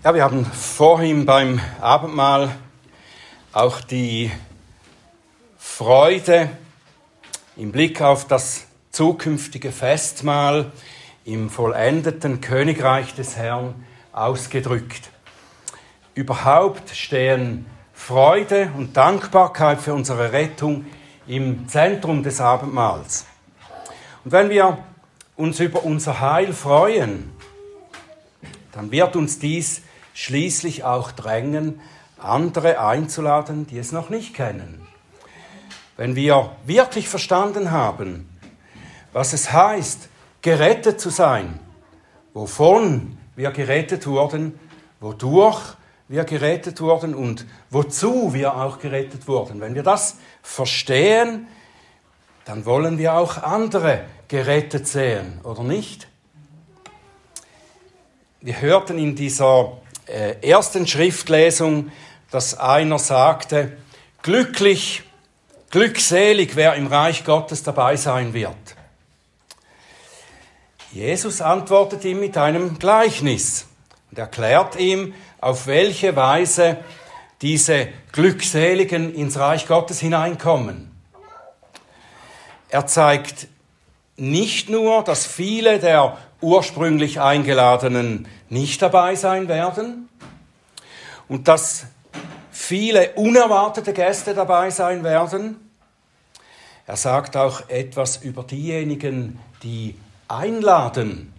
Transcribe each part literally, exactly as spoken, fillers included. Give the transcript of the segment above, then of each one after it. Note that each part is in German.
Ja, wir haben vorhin beim Abendmahl auch die Freude im Blick auf das zukünftige Festmahl im vollendeten Königreich des Herrn ausgedrückt. Überhaupt stehen Freude und Dankbarkeit für unsere Rettung im Zentrum des Abendmahls. Und wenn wir uns über unser Heil freuen, dann wird uns dies schließlich auch drängen, andere einzuladen, die es noch nicht kennen. Wenn wir wirklich verstanden haben, was es heißt, gerettet zu sein, wovon wir gerettet wurden, wodurch wir gerettet wurden und wozu wir auch gerettet wurden. Wenn wir das verstehen, dann wollen wir auch andere gerettet sehen, oder nicht? Wir hörten in dieser äh, ersten Schriftlesung, dass einer sagte, glücklich, glückselig, wer im Reich Gottes dabei sein wird. Jesus antwortet ihm mit einem Gleichnis und erklärt ihm, auf welche Weise diese Glückseligen ins Reich Gottes hineinkommen. Er zeigt nicht nur, dass viele der ursprünglich Eingeladenen nicht dabei sein werden und dass viele unerwartete Gäste dabei sein werden. Er sagt auch etwas über diejenigen, die einladen.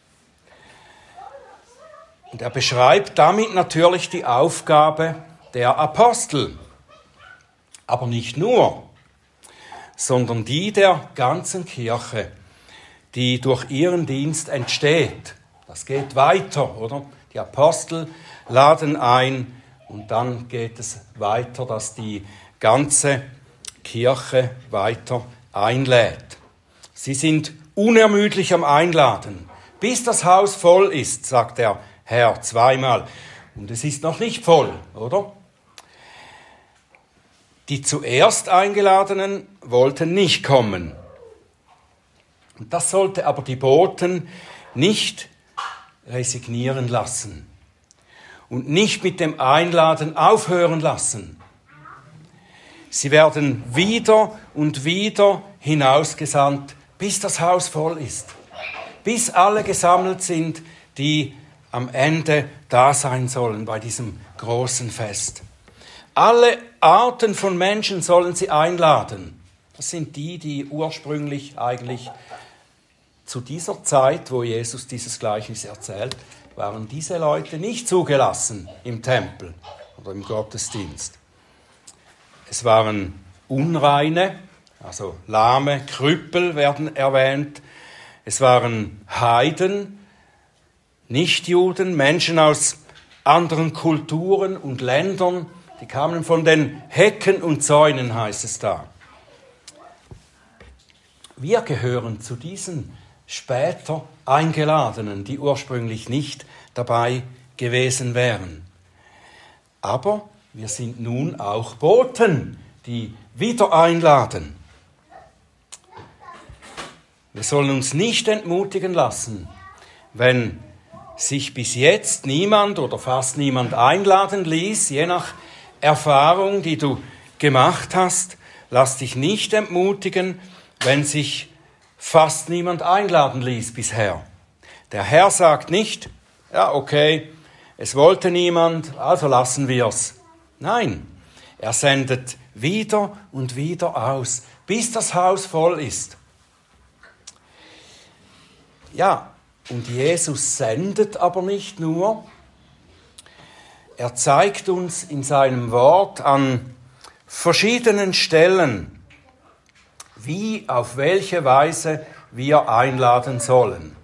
Und er beschreibt damit natürlich die Aufgabe der Apostel. Aber nicht nur, sondern die der ganzen Kirche, die durch ihren Dienst entsteht. Das geht weiter, oder? Die Apostel laden ein und dann geht es weiter, dass die ganze Kirche weiter einlädt. Sie sind unermüdlich am Einladen, bis das Haus voll ist, sagt der Herr zweimal. Und es ist noch nicht voll, oder? Die zuerst Eingeladenen wollten nicht kommen. Und das sollte aber die Boten nicht resignieren lassen und nicht mit dem Einladen aufhören lassen. Sie werden wieder und wieder hinausgesandt, bis das Haus voll ist, bis alle gesammelt sind, die am Ende da sein sollen bei diesem großen Fest. Alle Arten von Menschen sollen sie einladen. Das sind die, die ursprünglich eigentlich zu dieser Zeit, wo Jesus dieses Gleichnis erzählt, waren diese Leute nicht zugelassen im Tempel oder im Gottesdienst. Es waren Unreine, also Lahme, Krüppel werden erwähnt. Es waren Heiden, Nichtjuden, Menschen aus anderen Kulturen und Ländern. Die kamen von den Hecken und Zäunen, heißt es da. Wir gehören zu diesen später Eingeladenen, die ursprünglich nicht dabei gewesen wären. Aber wir sind nun auch Boten, die wieder einladen. Wir sollen uns nicht entmutigen lassen, wenn sich bis jetzt niemand oder fast niemand einladen ließ, je nach Erfahrung, die du gemacht hast. Lass dich nicht entmutigen, wenn sich fast niemand einladen ließ bisher. Der Herr sagt nicht, ja okay, es wollte niemand, also lassen wir's. Nein, er sendet wieder und wieder aus, bis das Haus voll ist. Ja, und Jesus sendet aber nicht nur, er zeigt uns in seinem Wort an verschiedenen Stellen, wie, auf welche Weise wir einladen sollen.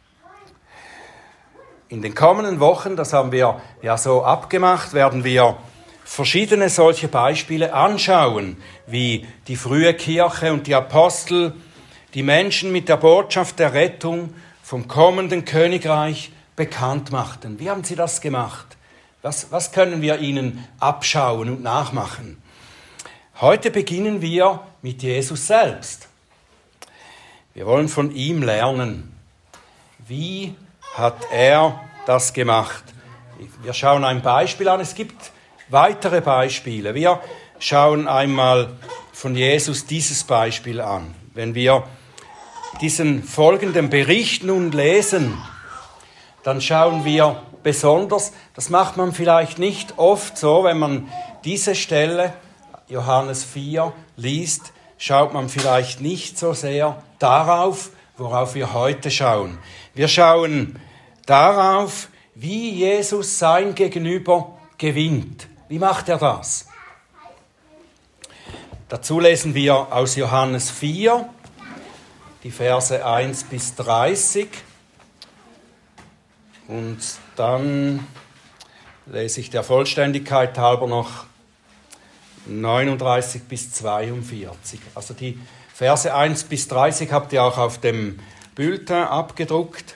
In den kommenden Wochen, das haben wir ja so abgemacht, werden wir verschiedene solche Beispiele anschauen, wie die frühe Kirche und die Apostel die Menschen mit der Botschaft der Rettung vom kommenden Königreich bekannt machten. Wie haben sie das gemacht? Was, was können wir ihnen abschauen und nachmachen? Heute beginnen wir mit Jesus selbst. Wir wollen von ihm lernen. Wie hat er das gemacht? Wir schauen ein Beispiel an. Es gibt weitere Beispiele. Wir schauen einmal von Jesus dieses Beispiel an. Wenn wir diesen folgenden Bericht nun lesen, dann schauen wir besonders, das macht man vielleicht nicht oft so, wenn man diese Stelle, Johannes vier, liest, schaut man vielleicht nicht so sehr darauf, worauf wir heute schauen. Wir schauen darauf, wie Jesus sein Gegenüber gewinnt. Wie macht er das? Dazu lesen wir aus Johannes vier, die Verse eins bis dreißig. Und dann lese ich der Vollständigkeit halber noch neununddreißig bis zweiundvierzig. Also die Verse eins bis dreißig habt ihr auch auf dem Bulletin abgedruckt.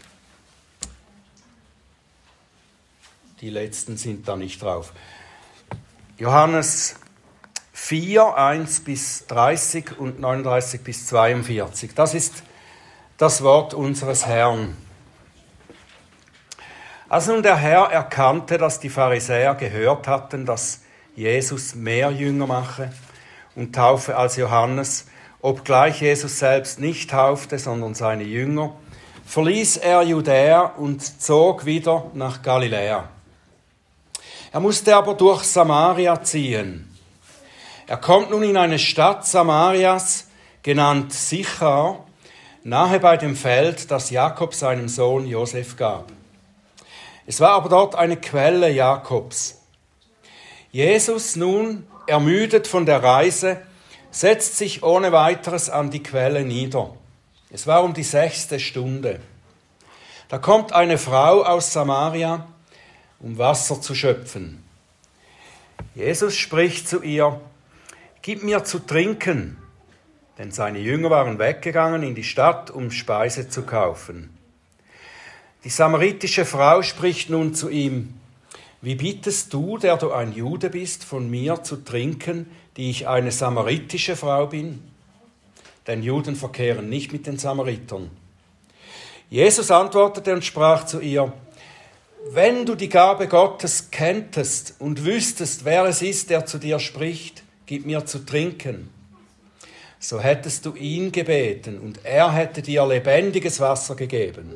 Die letzten sind da nicht drauf. Johannes vier, eins bis dreißig und neununddreißig bis zweiundvierzig. Das ist das Wort unseres Herrn. Als nun der Herr erkannte, dass die Pharisäer gehört hatten, dass Jesus mehr Jünger mache und taufe als Johannes, obgleich Jesus selbst nicht taufte, sondern seine Jünger, verließ er Judäa und zog wieder nach Galiläa. Er musste aber durch Samaria ziehen. Er kommt nun in eine Stadt Samarias, genannt Sichar, nahe bei dem Feld, das Jakob seinem Sohn Josef gab. Es war aber dort eine Quelle Jakobs. Jesus nun, ermüdet von der Reise, setzt sich ohne weiteres an die Quelle nieder. Es war um die sechste Stunde. Da kommt eine Frau aus Samaria, um Wasser zu schöpfen. Jesus spricht zu ihr: Gib mir zu trinken, denn seine Jünger waren weggegangen in die Stadt, um Speise zu kaufen. Die samaritische Frau spricht nun zu ihm: Wie bittest du, der du ein Jude bist, von mir zu trinken, die ich eine samaritische Frau bin? Denn Juden verkehren nicht mit den Samaritern. Jesus antwortete und sprach zu ihr: Wenn du die Gabe Gottes kenntest und wüsstest, wer es ist, der zu dir spricht, gib mir zu trinken, so hättest du ihn gebeten und er hätte dir lebendiges Wasser gegeben.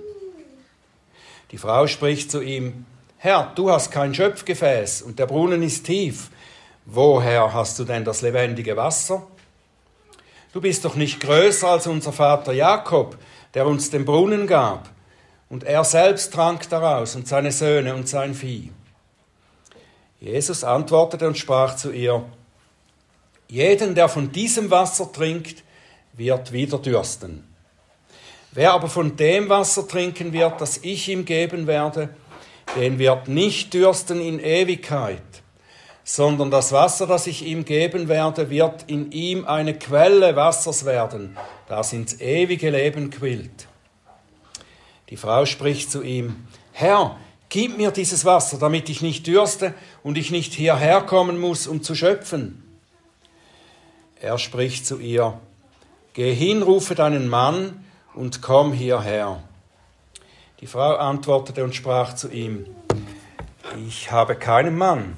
Die Frau spricht zu ihm: Herr, du hast kein Schöpfgefäß und der Brunnen ist tief. Woher hast du denn das lebendige Wasser? Du bist doch nicht größer als unser Vater Jakob, der uns den Brunnen gab. Und er selbst trank daraus und seine Söhne und sein Vieh. Jesus antwortete und sprach zu ihr: Jeden, der von diesem Wasser trinkt, wird wieder dürsten. Wer aber von dem Wasser trinken wird, das ich ihm geben werde, den wird nicht dürsten in Ewigkeit, sondern das Wasser, das ich ihm geben werde, wird in ihm eine Quelle Wassers werden, das ins ewige Leben quillt. Die Frau spricht zu ihm: Herr, gib mir dieses Wasser, damit ich nicht dürste und ich nicht hierher kommen muss, um zu schöpfen. Er spricht zu ihr: Geh hin, rufe deinen Mann und komm hierher. Die Frau antwortete und sprach zu ihm: Ich habe keinen Mann.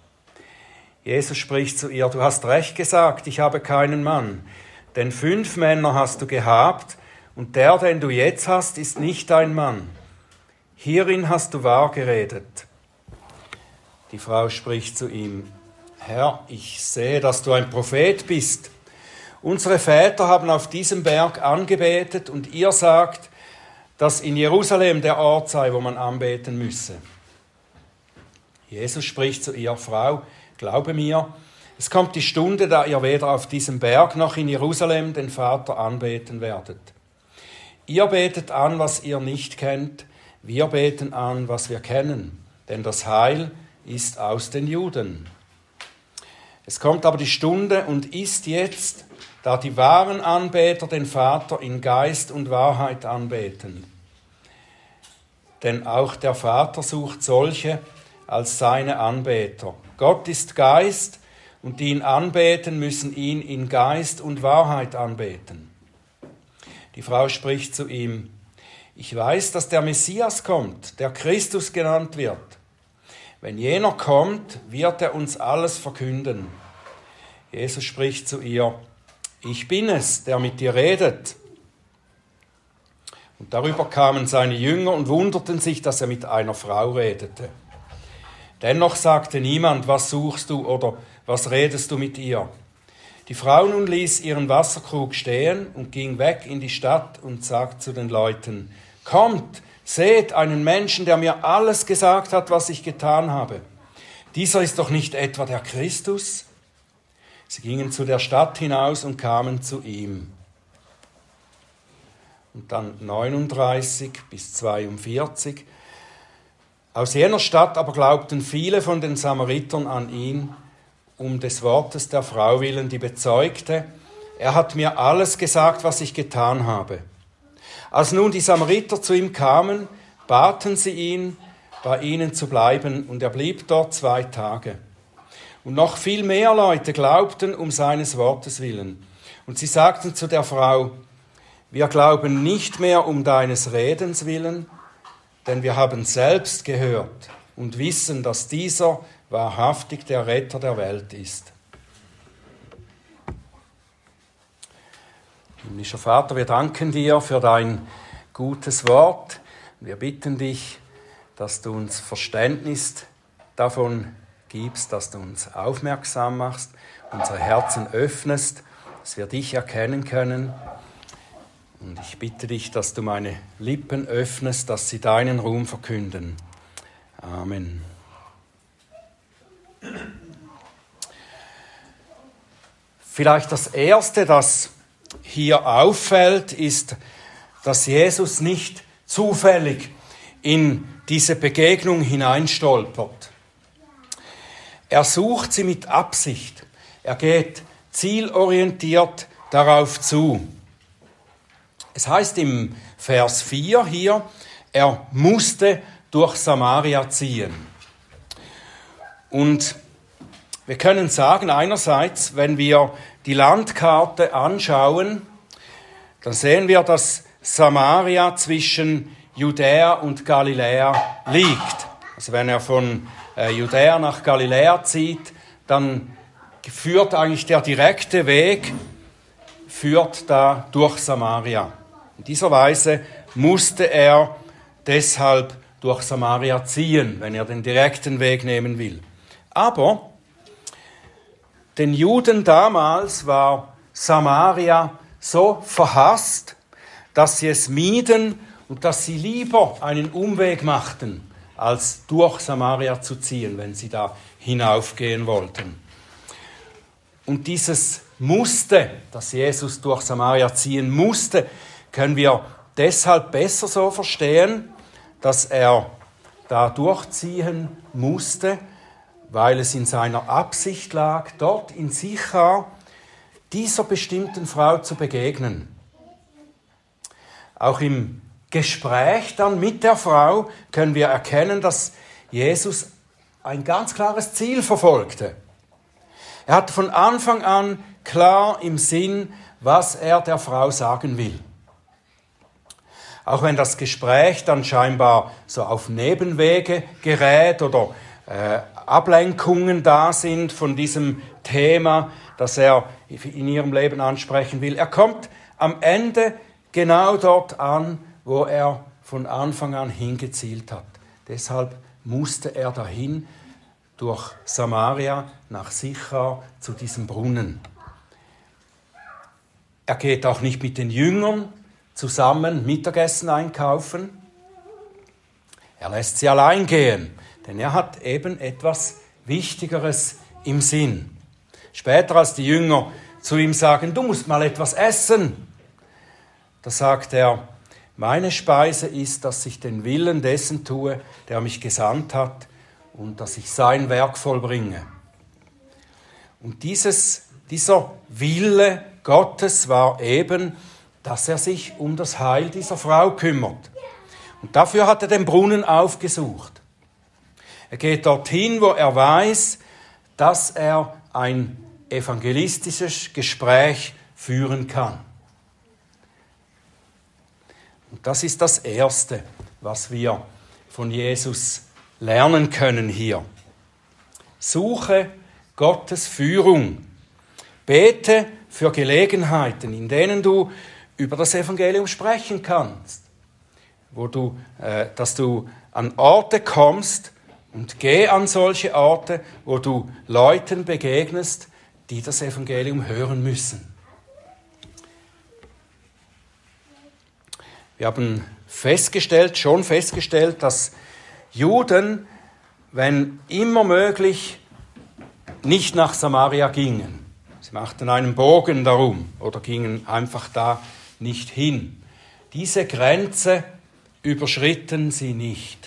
Jesus spricht zu ihr: Du hast recht gesagt, ich habe keinen Mann, denn fünf Männer hast du gehabt, und der, den du jetzt hast, ist nicht dein Mann. Hierin hast du wahr geredet. Die Frau spricht zu ihm: Herr, ich sehe, dass du ein Prophet bist. Unsere Väter haben auf diesem Berg angebetet und ihr sagt, dass in Jerusalem der Ort sei, wo man anbeten müsse. Jesus spricht zu ihr: Frau, glaube mir, es kommt die Stunde, da ihr weder auf diesem Berg noch in Jerusalem den Vater anbeten werdet. Ihr betet an, was ihr nicht kennt, wir beten an, was wir kennen, denn das Heil ist aus den Juden. Es kommt aber die Stunde und ist jetzt, da die wahren Anbeter den Vater in Geist und Wahrheit anbeten. Denn auch der Vater sucht solche als seine Anbeter. Gott ist Geist, und die ihn anbeten, müssen ihn in Geist und Wahrheit anbeten. Die Frau spricht zu ihm: Ich weiß, dass der Messias kommt, der Christus genannt wird. Wenn jener kommt, wird er uns alles verkünden. Jesus spricht zu ihr: Ich bin es, der mit dir redet. Und darüber kamen seine Jünger und wunderten sich, dass er mit einer Frau redete. Dennoch sagte niemand: Was suchst du oder was redest du mit ihr? Die Frau nun ließ ihren Wasserkrug stehen und ging weg in die Stadt und sagte zu den Leuten: Kommt, seht einen Menschen, der mir alles gesagt hat, was ich getan habe. Dieser ist doch nicht etwa der Christus? Sie gingen zu der Stadt hinaus und kamen zu ihm. Und dann neununddreißig bis zweiundvierzig. Aus jener Stadt aber glaubten viele von den Samaritern an ihn, um des Wortes der Frau willen, die bezeugte: Er hat mir alles gesagt, was ich getan habe. Als nun die Samariter zu ihm kamen, baten sie ihn, bei ihnen zu bleiben, und er blieb dort zwei Tage. Und noch viel mehr Leute glaubten um seines Wortes willen. Und sie sagten zu der Frau: Wir glauben nicht mehr um deines Redens willen, denn wir haben selbst gehört und wissen, dass dieser wahrhaftig der Retter der Welt ist. Himmlischer Vater, wir danken dir für dein gutes Wort. Wir bitten dich, dass du uns Verständnis davon gibst, dass du uns aufmerksam machst, unsere Herzen öffnest, dass wir dich erkennen können. Und ich bitte dich, dass du meine Lippen öffnest, dass sie deinen Ruhm verkünden. Amen. Vielleicht das Erste, das hier auffällt, ist, dass Jesus nicht zufällig in diese Begegnung hineinstolpert. Er sucht sie mit Absicht. Er geht zielorientiert darauf zu. Es heißt im Vers vier hier, er musste durch Samaria ziehen. Und wir können sagen, einerseits, wenn wir die Landkarte anschauen, dann sehen wir, dass Samaria zwischen Judäa und Galiläa liegt. Also wenn er von äh, Judäa nach Galiläa zieht, dann führt eigentlich der direkte Weg, führt da durch Samaria. In dieser Weise musste er deshalb durch Samaria ziehen, wenn er den direkten Weg nehmen will. Aber den Juden damals war Samaria so verhasst, dass sie es mieden und dass sie lieber einen Umweg machten, als durch Samaria zu ziehen, wenn sie da hinaufgehen wollten. Und dieses musste, dass Jesus durch Samaria ziehen musste, können wir deshalb besser so verstehen, dass er da durchziehen musste, weil es in seiner Absicht lag, dort in Sichar dieser bestimmten Frau zu begegnen. Auch im Gespräch dann mit der Frau können wir erkennen, dass Jesus ein ganz klares Ziel verfolgte. Er hat von Anfang an klar im Sinn, was er der Frau sagen will. Auch wenn das Gespräch dann scheinbar so auf Nebenwege gerät oder äh, Ablenkungen da sind von diesem Thema, das er in ihrem Leben ansprechen will. Er kommt am Ende genau dort an, wo er von Anfang an hingezielt hat. Deshalb musste er dahin, durch Samaria nach Sichar zu diesem Brunnen. Er geht auch nicht mit den Jüngern zusammen Mittagessen einkaufen. Er lässt sie allein gehen, denn er hat eben etwas Wichtigeres im Sinn. Später, als die Jünger zu ihm sagen, du musst mal etwas essen, da sagt er, meine Speise ist, dass ich den Willen dessen tue, der mich gesandt hat, und dass ich sein Werk vollbringe. Und dieses, dieser Wille Gottes war eben, dass er sich um das Heil dieser Frau kümmert. Und dafür hat er den Brunnen aufgesucht. Er geht dorthin, wo er weiß, dass er ein evangelistisches Gespräch führen kann. Und das ist das Erste, was wir von Jesus lernen können hier. Suche Gottes Führung. Bete für Gelegenheiten, in denen du über das Evangelium sprechen kannst, wo du, äh, dass du an Orte kommst und geh an solche Orte, wo du Leuten begegnest, die das Evangelium hören müssen. Wir haben festgestellt, schon festgestellt, dass Juden, wenn immer möglich, nicht nach Samaria gingen. Sie machten einen Bogen darum oder gingen einfach da nicht hin. Diese Grenze überschritten sie nicht.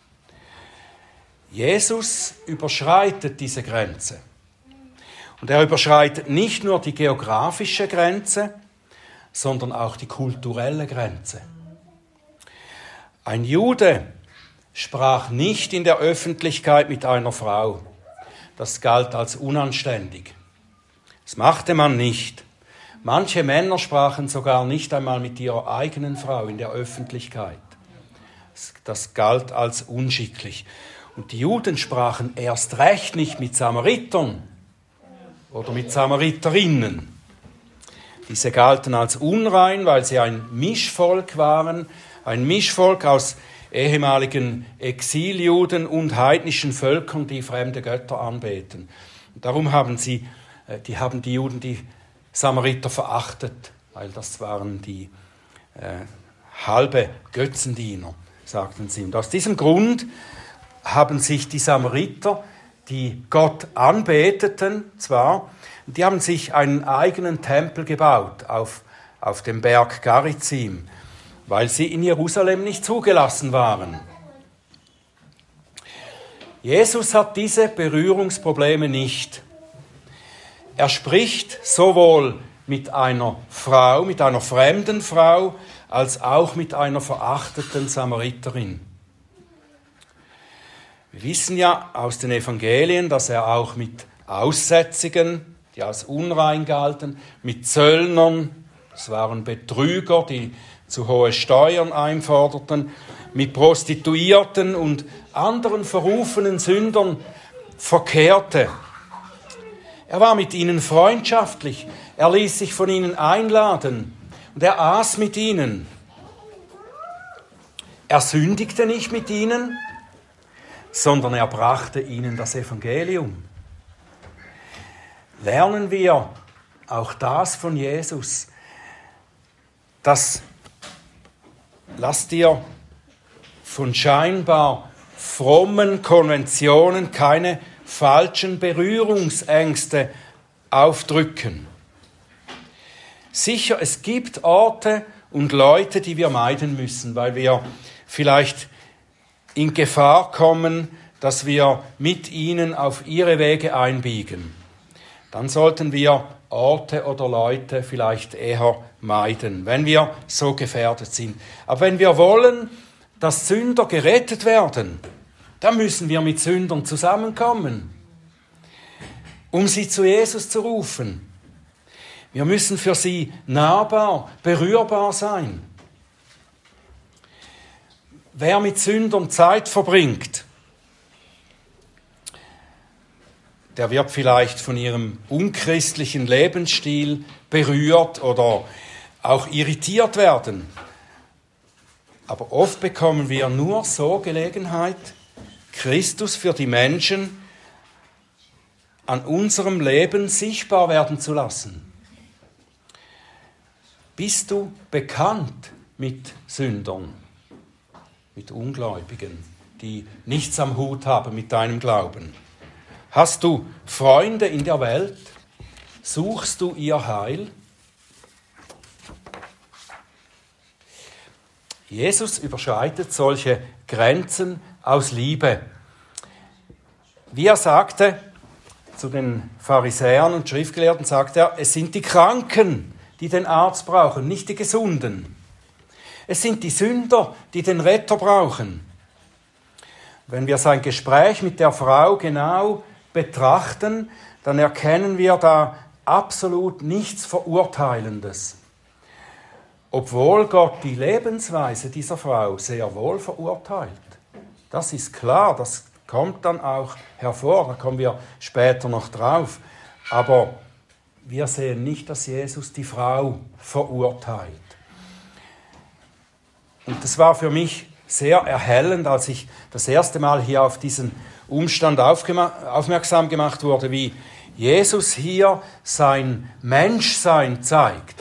Jesus überschreitet diese Grenze. Und er überschreitet nicht nur die geografische Grenze, sondern auch die kulturelle Grenze. Ein Jude sprach nicht in der Öffentlichkeit mit einer Frau. Das galt als unanständig. Das machte man nicht. Manche Männer sprachen sogar nicht einmal mit ihrer eigenen Frau in der Öffentlichkeit. Das galt als unschicklich. Und die Juden sprachen erst recht nicht mit Samaritern oder mit Samariterinnen. Diese galten als unrein, weil sie ein Mischvolk waren, ein Mischvolk aus ehemaligen Exiljuden und heidnischen Völkern, die fremde Götter anbeten. Und darum haben sie, die haben die Juden die Samariter verachtet, weil das waren die äh, halbe Götzendiener, sagten sie. Und aus diesem Grund haben sich die Samariter, die Gott anbeteten, zwar, die haben sich einen eigenen Tempel gebaut auf, auf dem Berg Garizim, weil sie in Jerusalem nicht zugelassen waren. Jesus hat diese Berührungsprobleme nicht. Er spricht sowohl mit einer Frau, mit einer fremden Frau, als auch mit einer verachteten Samariterin. Wir wissen ja aus den Evangelien, dass er auch mit Aussätzigen, die als unrein galten, mit Zöllnern, das waren Betrüger, die zu hohe Steuern einforderten, mit Prostituierten und anderen verrufenen Sündern verkehrte. Er war mit ihnen freundschaftlich, er ließ sich von ihnen einladen und er aß mit ihnen. Er sündigte nicht mit ihnen, sondern er brachte ihnen das Evangelium. Lernen wir auch das von Jesus, dass lass dir von scheinbar frommen Konventionen keine falschen Berührungsängste aufdrücken. Sicher, es gibt Orte und Leute, die wir meiden müssen, weil wir vielleicht in Gefahr kommen, dass wir mit ihnen auf ihre Wege einbiegen. Dann sollten wir Orte oder Leute vielleicht eher meiden, wenn wir so gefährdet sind. Aber wenn wir wollen, dass Sünder gerettet werden, dann müssen wir mit Sündern zusammenkommen, um sie zu Jesus zu rufen. Wir müssen für sie nahbar, berührbar sein. Wer mit Sündern Zeit verbringt, der wird vielleicht von ihrem unchristlichen Lebensstil berührt oder auch irritiert werden. Aber oft bekommen wir nur so Gelegenheit, Christus für die Menschen an unserem Leben sichtbar werden zu lassen. Bist du bekannt mit Sündern, mit Ungläubigen, die nichts am Hut haben mit deinem Glauben? Hast du Freunde in der Welt? Suchst du ihr Heil? Jesus überschreitet solche Grenzen aus Liebe. Wie er sagte zu den Pharisäern und Schriftgelehrten, sagt er, es sind die Kranken, die den Arzt brauchen, nicht die Gesunden. Es sind die Sünder, die den Retter brauchen. Wenn wir sein Gespräch mit der Frau genau betrachten, dann erkennen wir da absolut nichts Verurteilendes. Obwohl Gott die Lebensweise dieser Frau sehr wohl verurteilt. Das ist klar, das kommt dann auch hervor, da kommen wir später noch drauf. Aber wir sehen nicht, dass Jesus die Frau verurteilt. Und das war für mich sehr erhellend, als ich das erste Mal hier auf diesen Umstand aufmerksam gemacht wurde, wie Jesus hier sein Menschsein zeigt.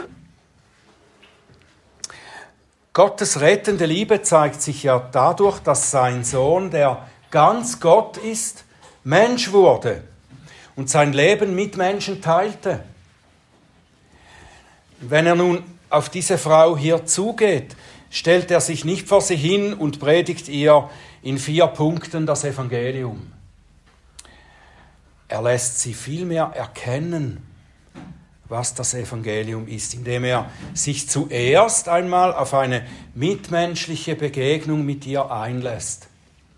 Gottes rettende Liebe zeigt sich ja dadurch, dass sein Sohn, der ganz Gott ist, Mensch wurde und sein Leben mit Menschen teilte. Wenn er nun auf diese Frau hier zugeht, stellt er sich nicht vor sie hin und predigt ihr in vier Punkten das Evangelium. Er lässt sie vielmehr erkennen, was das Evangelium ist, indem er sich zuerst einmal auf eine mitmenschliche Begegnung mit ihr einlässt.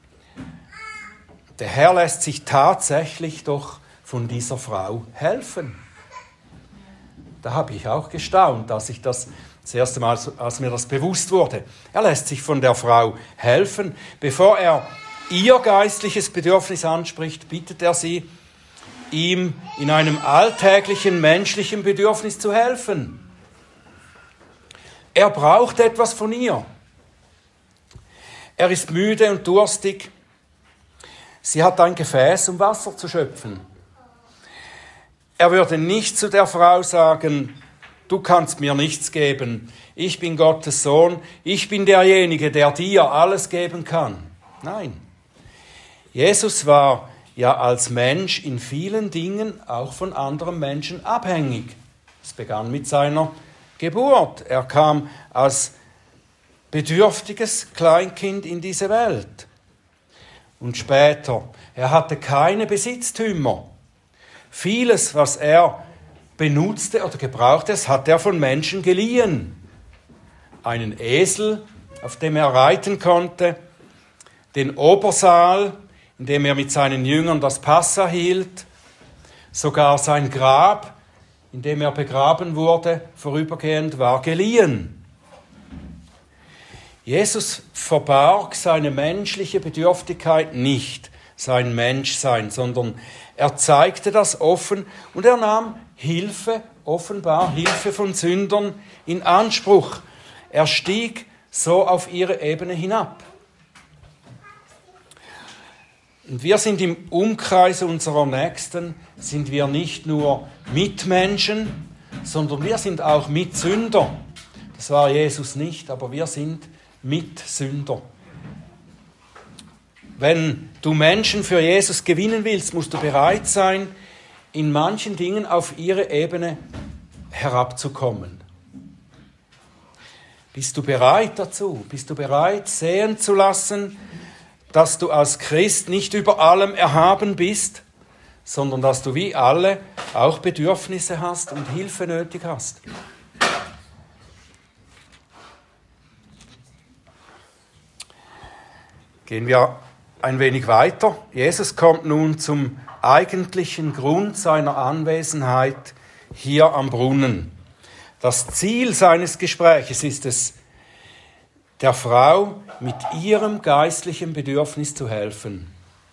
Der Herr lässt sich tatsächlich doch von dieser Frau helfen. Da habe ich auch gestaunt, als ich das das erste Mal, als mir das bewusst wurde. Er lässt sich von der Frau helfen. Bevor er ihr geistliches Bedürfnis anspricht, bittet er sie, ihm in einem alltäglichen menschlichen Bedürfnis zu helfen. Er braucht etwas von ihr. Er ist müde und durstig. Sie hat ein Gefäß, um Wasser zu schöpfen. Er würde nicht zu der Frau sagen, du kannst mir nichts geben, ich bin Gottes Sohn, ich bin derjenige, der dir alles geben kann. Nein, Jesus war ja als Mensch in vielen Dingen auch von anderen Menschen abhängig. Es begann mit seiner Geburt. Er kam als bedürftiges Kleinkind in diese Welt. Und später, er hatte keine Besitztümer. Vieles, was er benutzte oder gebrauchte, das hat er von Menschen geliehen. Einen Esel, auf dem er reiten konnte, den Obersaal, in dem er mit seinen Jüngern das Passa hielt, sogar sein Grab, in dem er begraben wurde, vorübergehend war geliehen. Jesus verbarg seine menschliche Bedürftigkeit nicht, sein Menschsein, sondern er zeigte das offen und er nahm Hilfe, offenbar Hilfe von Sündern in Anspruch. Er stieg so auf ihre Ebene hinab. Und wir sind im Umkreis unserer Nächsten, sind wir nicht nur Mitmenschen, sondern wir sind auch Mitsünder. Das war Jesus nicht, aber wir sind Mitsünder. Wenn du Menschen für Jesus gewinnen willst, musst du bereit sein, in manchen Dingen auf ihre Ebene herabzukommen. Bist du bereit dazu? Bist du bereit, sehen zu lassen, dass du als Christ nicht über allem erhaben bist, sondern dass du wie alle auch Bedürfnisse hast und Hilfe nötig hast? Gehen wir ein wenig weiter. Jesus kommt nun zum eigentlichen Grund seiner Anwesenheit hier am Brunnen. Das Ziel seines Gespräches ist es, der Frau mit ihrem geistlichen Bedürfnis zu helfen.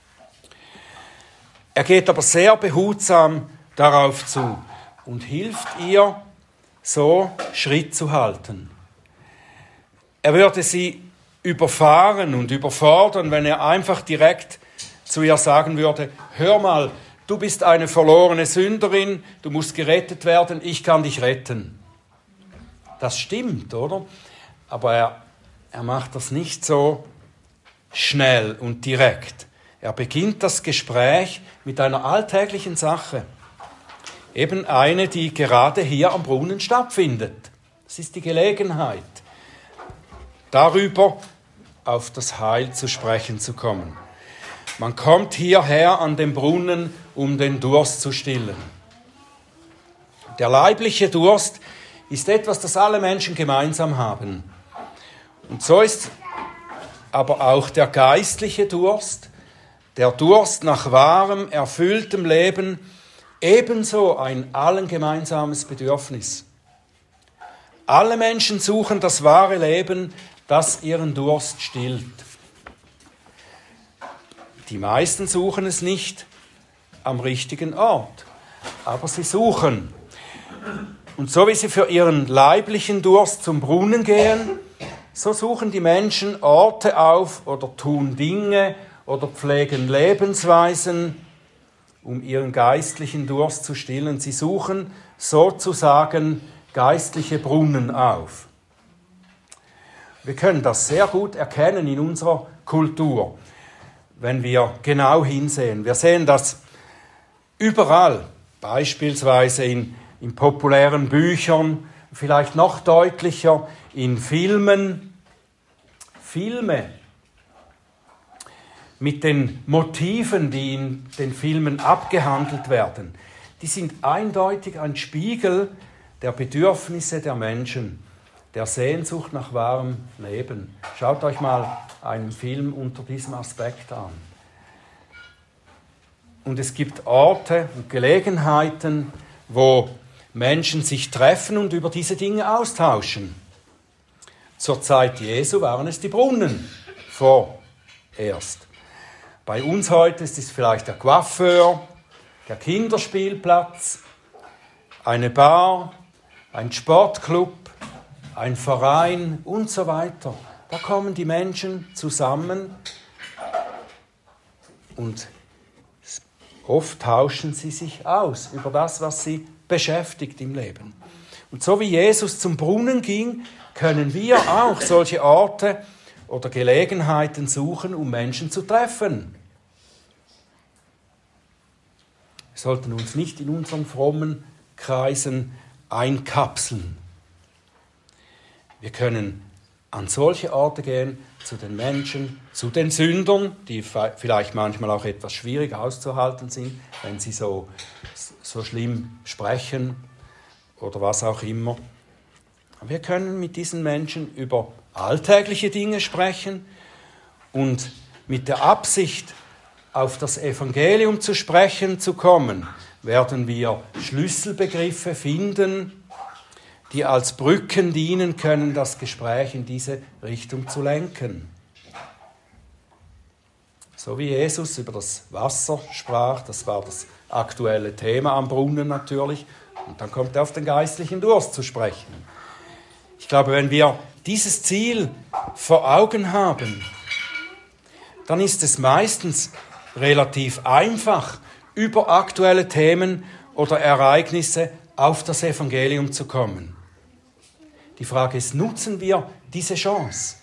Er geht aber sehr behutsam darauf zu und hilft ihr, so Schritt zu halten. Er würde sie überfahren und überfordern, wenn er einfach direkt zu ihr sagen würde, hör mal, du bist eine verlorene Sünderin, du musst gerettet werden, ich kann dich retten. Das stimmt, oder? Aber er, er macht das nicht so schnell und direkt. Er beginnt das Gespräch mit einer alltäglichen Sache. Eben eine, die gerade hier am Brunnen stattfindet. Das ist die Gelegenheit, darüber auf das Heil zu sprechen zu kommen. Man kommt hierher an den Brunnen, um den Durst zu stillen. Der leibliche Durst ist etwas, das alle Menschen gemeinsam haben. Und so ist aber auch der geistliche Durst, der Durst nach wahrem, erfülltem Leben, ebenso ein allen gemeinsames Bedürfnis. Alle Menschen suchen das wahre Leben, das ihren Durst stillt. Die meisten suchen es nicht am richtigen Ort, aber sie suchen. Und so wie sie für ihren leiblichen Durst zum Brunnen gehen, so suchen die Menschen Orte auf oder tun Dinge oder pflegen Lebensweisen, um ihren geistlichen Durst zu stillen. Sie suchen sozusagen geistliche Brunnen auf. Wir können das sehr gut erkennen in unserer Kultur, wenn wir genau hinsehen. Wir sehen das überall, beispielsweise in, in populären Büchern, vielleicht noch deutlicher in Filmen. Filme mit den Motiven, die in den Filmen abgehandelt werden, die sind eindeutig ein Spiegel der Bedürfnisse der Menschen, der Sehnsucht nach wahrem Leben. Schaut euch mal einen Film unter diesem Aspekt an. Und es gibt Orte und Gelegenheiten, wo Menschen sich treffen und über diese Dinge austauschen. Zur Zeit Jesu waren es die Brunnen vorerst. Bei uns heute ist es vielleicht der Coiffeur, der Kinderspielplatz, eine Bar, ein Sportclub, ein Verein und so weiter. Da kommen die Menschen zusammen und oft tauschen sie sich aus über das, was sie beschäftigt im Leben. Und so wie Jesus zum Brunnen ging, können wir auch solche Orte oder Gelegenheiten suchen, um Menschen zu treffen. Wir sollten uns nicht in unseren frommen Kreisen einkapseln. Wir können an solche Orte gehen, zu den Menschen, zu den Sündern, die vielleicht manchmal auch etwas schwierig auszuhalten sind, wenn sie so, so schlimm sprechen oder was auch immer. Wir können mit diesen Menschen über alltägliche Dinge sprechen und mit der Absicht, auf das Evangelium zu sprechen zu kommen, werden wir Schlüsselbegriffe finden, die als Brücken dienen können, das Gespräch in diese Richtung zu lenken. So wie Jesus über das Wasser sprach, das war das aktuelle Thema am Brunnen natürlich, und dann kommt er auf den geistlichen Durst zu sprechen. Ich glaube, wenn wir dieses Ziel vor Augen haben, dann ist es meistens relativ einfach, über aktuelle Themen oder Ereignisse auf das Evangelium zu kommen. Die Frage ist, nutzen wir diese Chance?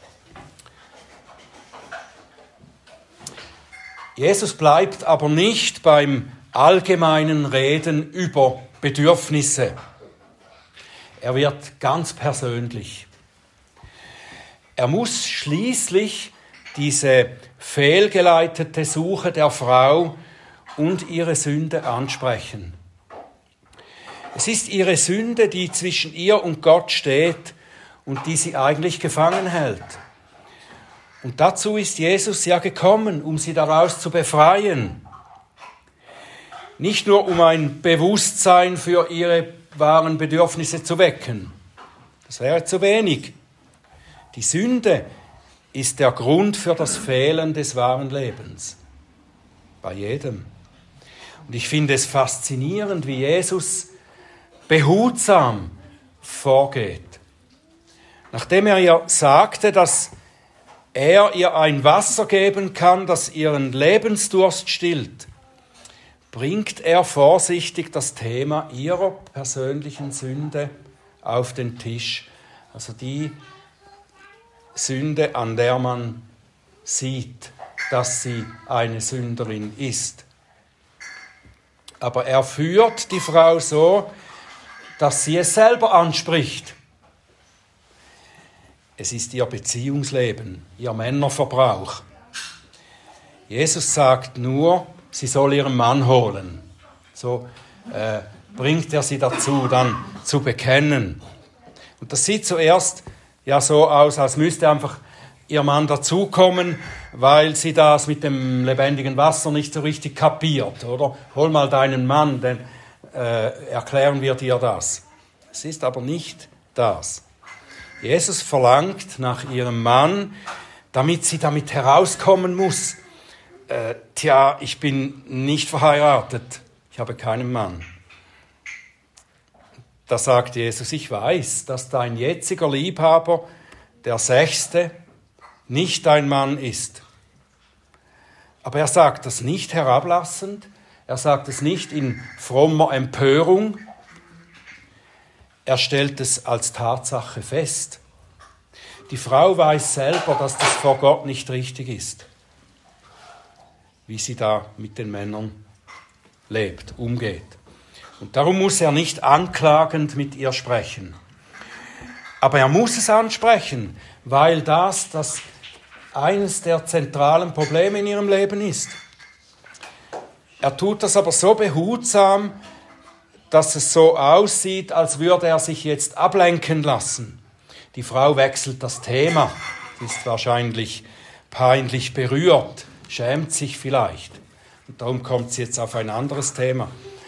Jesus bleibt aber nicht beim allgemeinen Reden über Bedürfnisse. Er wird ganz persönlich. Er muss schließlich diese fehlgeleitete Suche der Frau und ihre Sünde ansprechen. Es ist ihre Sünde, die zwischen ihr und Gott steht und die sie eigentlich gefangen hält. Und dazu ist Jesus ja gekommen, um sie daraus zu befreien. Nicht nur um ein Bewusstsein für ihre wahren Bedürfnisse zu wecken. Das wäre zu wenig. Die Sünde ist der Grund für das Fehlen des wahren Lebens. Bei jedem. Und ich finde es faszinierend, wie Jesus behutsam vorgeht. Nachdem er ihr sagte, dass er ihr ein Wasser geben kann, das ihren Lebensdurst stillt, bringt er vorsichtig das Thema ihrer persönlichen Sünde auf den Tisch. Also die Sünde, an der man sieht, dass sie eine Sünderin ist. Aber er führt die Frau so, dass sie es selber anspricht. Es ist ihr Beziehungsleben, ihr Männerverbrauch. Jesus sagt nur, sie soll ihren Mann holen. So äh, bringt er sie dazu, dann zu bekennen. Und das sieht zuerst ja so aus, als müsste einfach ihr Mann dazukommen, weil sie das mit dem lebendigen Wasser nicht so richtig kapiert, oder? Hol mal deinen Mann, dann äh, erklären wir dir das. Es ist aber nicht das. Jesus verlangt nach ihrem Mann, damit sie damit herauskommen muss, äh, tja, ich bin nicht verheiratet, ich habe keinen Mann. Da sagt Jesus, ich weiß, dass dein jetziger Liebhaber, der Sechste, nicht dein Mann ist. Aber er sagt das nicht herablassend, er sagt es nicht in frommer Empörung, er stellt es als Tatsache fest. Die Frau weiß selber, dass das vor Gott nicht richtig ist, wie sie da mit den Männern lebt, umgeht. Und darum muss er nicht anklagend mit ihr sprechen. Aber er muss es ansprechen, weil das, das eines der zentralen Probleme in ihrem Leben ist. Er tut das aber so behutsam, dass es so aussieht, als würde er sich jetzt ablenken lassen. Die Frau wechselt das Thema, sie ist wahrscheinlich peinlich berührt, schämt sich vielleicht. Und darum kommt sie jetzt auf ein anderes Thema.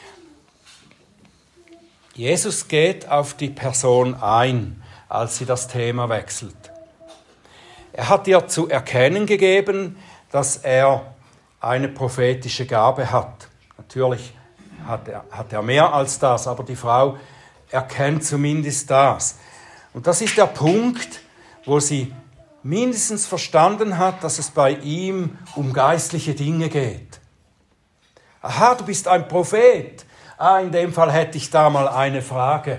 Jesus geht auf die Person ein, als sie das Thema wechselt. Er hat ihr zu erkennen gegeben, dass er eine prophetische Gabe hat. Natürlich hat er, hat er mehr als das, aber die Frau erkennt zumindest das. Und das ist der Punkt, wo sie mindestens verstanden hat, dass es bei ihm um geistliche Dinge geht. Aha, du bist ein Prophet. Ah, in dem Fall hätte ich da mal eine Frage.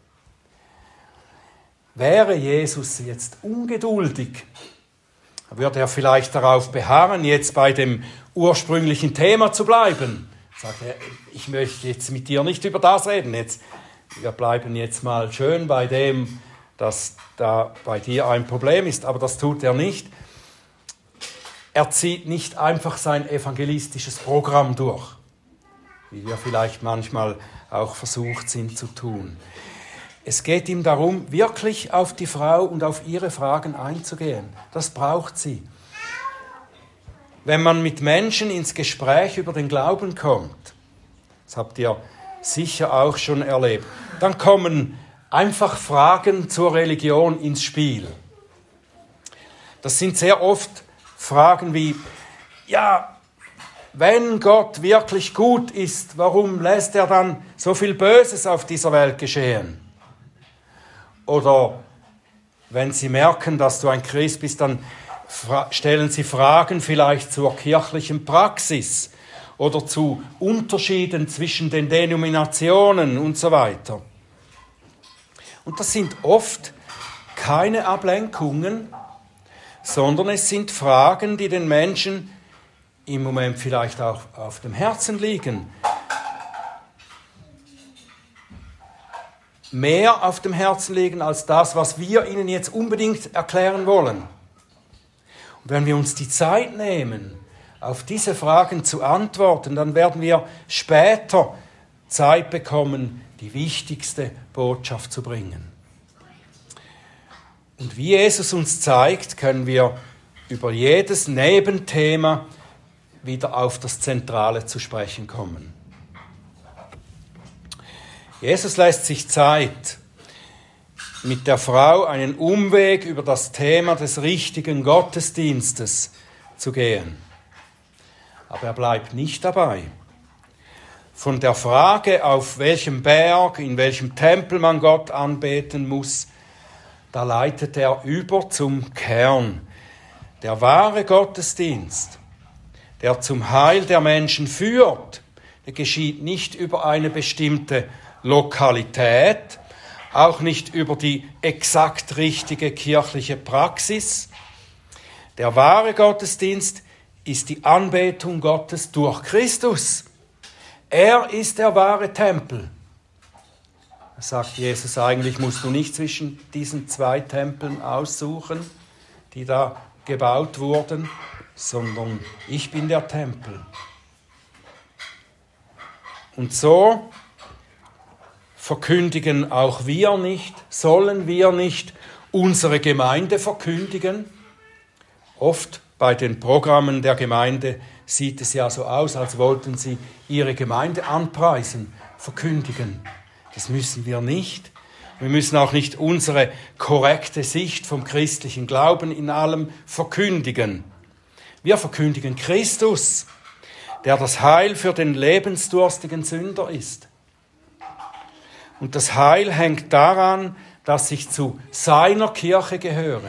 Wäre Jesus jetzt ungeduldig, würde er vielleicht darauf beharren, jetzt bei dem ursprünglichen Thema zu bleiben. Sagt er, ich möchte jetzt mit dir nicht über das reden. Jetzt, wir bleiben jetzt mal schön bei dem, dass da bei dir ein Problem ist. Aber das tut er nicht. Er zieht nicht einfach sein evangelistisches Programm durch, wie wir vielleicht manchmal auch versucht sind zu tun. Es geht ihm darum, wirklich auf die Frau und auf ihre Fragen einzugehen. Das braucht sie. Wenn man mit Menschen ins Gespräch über den Glauben kommt, das habt ihr sicher auch schon erlebt, dann kommen einfach Fragen zur Religion ins Spiel. Das sind sehr oft Fragen wie, ja, wenn Gott wirklich gut ist, warum lässt er dann so viel Böses auf dieser Welt geschehen? Oder wenn Sie merken, dass du ein Christ bist, dann fra- stellen Sie Fragen vielleicht zur kirchlichen Praxis oder zu Unterschieden zwischen den Denominationen und so weiter. Und das sind oft keine Ablenkungen, sondern es sind Fragen, die den Menschen im Moment vielleicht auch auf dem Herzen liegen. Mehr auf dem Herzen liegen als das, was wir ihnen jetzt unbedingt erklären wollen. Und wenn wir uns die Zeit nehmen, auf diese Fragen zu antworten, dann werden wir später Zeit bekommen, die wichtigste Botschaft zu bringen. Und wie Jesus uns zeigt, können wir über jedes Nebenthema wieder auf das Zentrale zu sprechen kommen. Jesus lässt sich Zeit, mit der Frau einen Umweg über das Thema des richtigen Gottesdienstes zu gehen. Aber er bleibt nicht dabei. Von der Frage, auf welchem Berg, in welchem Tempel man Gott anbeten muss, da leitet er über zum Kern. Der wahre Gottesdienst, der zum Heil der Menschen führt, der geschieht nicht über eine bestimmte Lokalität, auch nicht über die exakt richtige kirchliche Praxis. Der wahre Gottesdienst ist die Anbetung Gottes durch Christus. Er ist der wahre Tempel. Da sagt Jesus, eigentlich musst du nicht zwischen diesen zwei Tempeln aussuchen, die da gebaut wurden, sondern ich bin der Tempel. Und so verkündigen auch wir nicht, sollen wir nicht unsere Gemeinde verkündigen. Oft bei den Programmen der Gemeinde sieht es ja so aus, als wollten sie ihre Gemeinde anpreisen, verkündigen. Das müssen wir nicht. Wir müssen auch nicht unsere korrekte Sicht vom christlichen Glauben in allem verkündigen. Wir verkündigen Christus, der das Heil für den lebensdurstigen Sünder ist. Und das Heil hängt daran, dass ich zu seiner Kirche gehöre.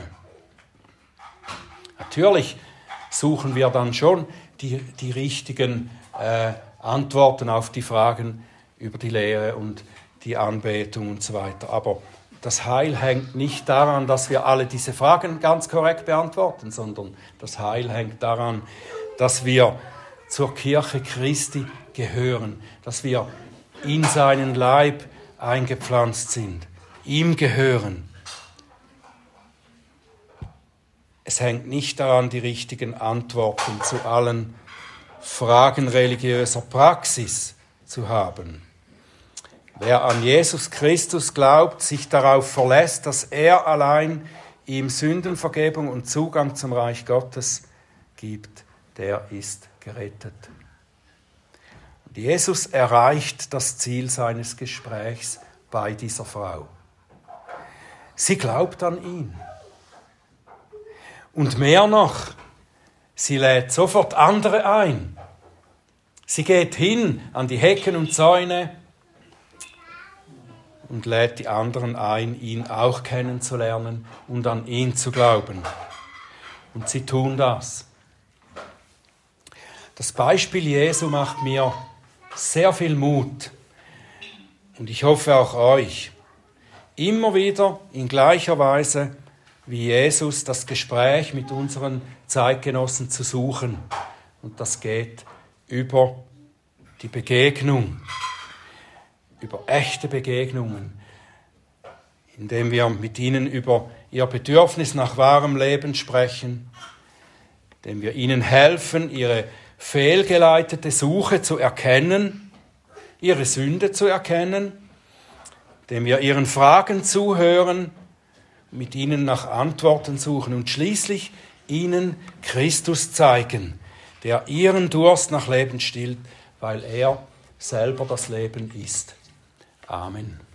Natürlich suchen wir dann schon die, die richtigen äh, Antworten auf die Fragen über die Lehre und die Anbetung und so weiter. Aber das Heil hängt nicht daran, dass wir alle diese Fragen ganz korrekt beantworten, sondern das Heil hängt daran, dass wir zur Kirche Christi gehören, dass wir in seinen Leib eingepflanzt sind, ihm gehören. Es hängt nicht daran, die richtigen Antworten zu allen Fragen religiöser Praxis zu haben. Wer an Jesus Christus glaubt, sich darauf verlässt, dass er allein ihm Sündenvergebung und Zugang zum Reich Gottes gibt, der ist gerettet. Und Jesus erreicht das Ziel seines Gesprächs bei dieser Frau. Sie glaubt an ihn. Und mehr noch, sie lädt sofort andere ein. Sie geht hin an die Hecken und Zäune und lädt die anderen ein, ihn auch kennenzulernen und an ihn zu glauben. Und sie tun das. Das Beispiel Jesu macht mir sehr viel Mut. Und ich hoffe auch euch, immer wieder in gleicher Weise wie Jesus das Gespräch mit unseren Zeitgenossen zu suchen. Und das geht über die Begegnung, über echte Begegnungen, indem wir mit ihnen über ihr Bedürfnis nach wahrem Leben sprechen, indem wir ihnen helfen, ihre fehlgeleitete Suche zu erkennen, ihre Sünde zu erkennen, indem wir ihren Fragen zuhören, mit ihnen nach Antworten suchen und schließlich ihnen Christus zeigen, der ihren Durst nach Leben stillt, weil er selber das Leben ist. Amen.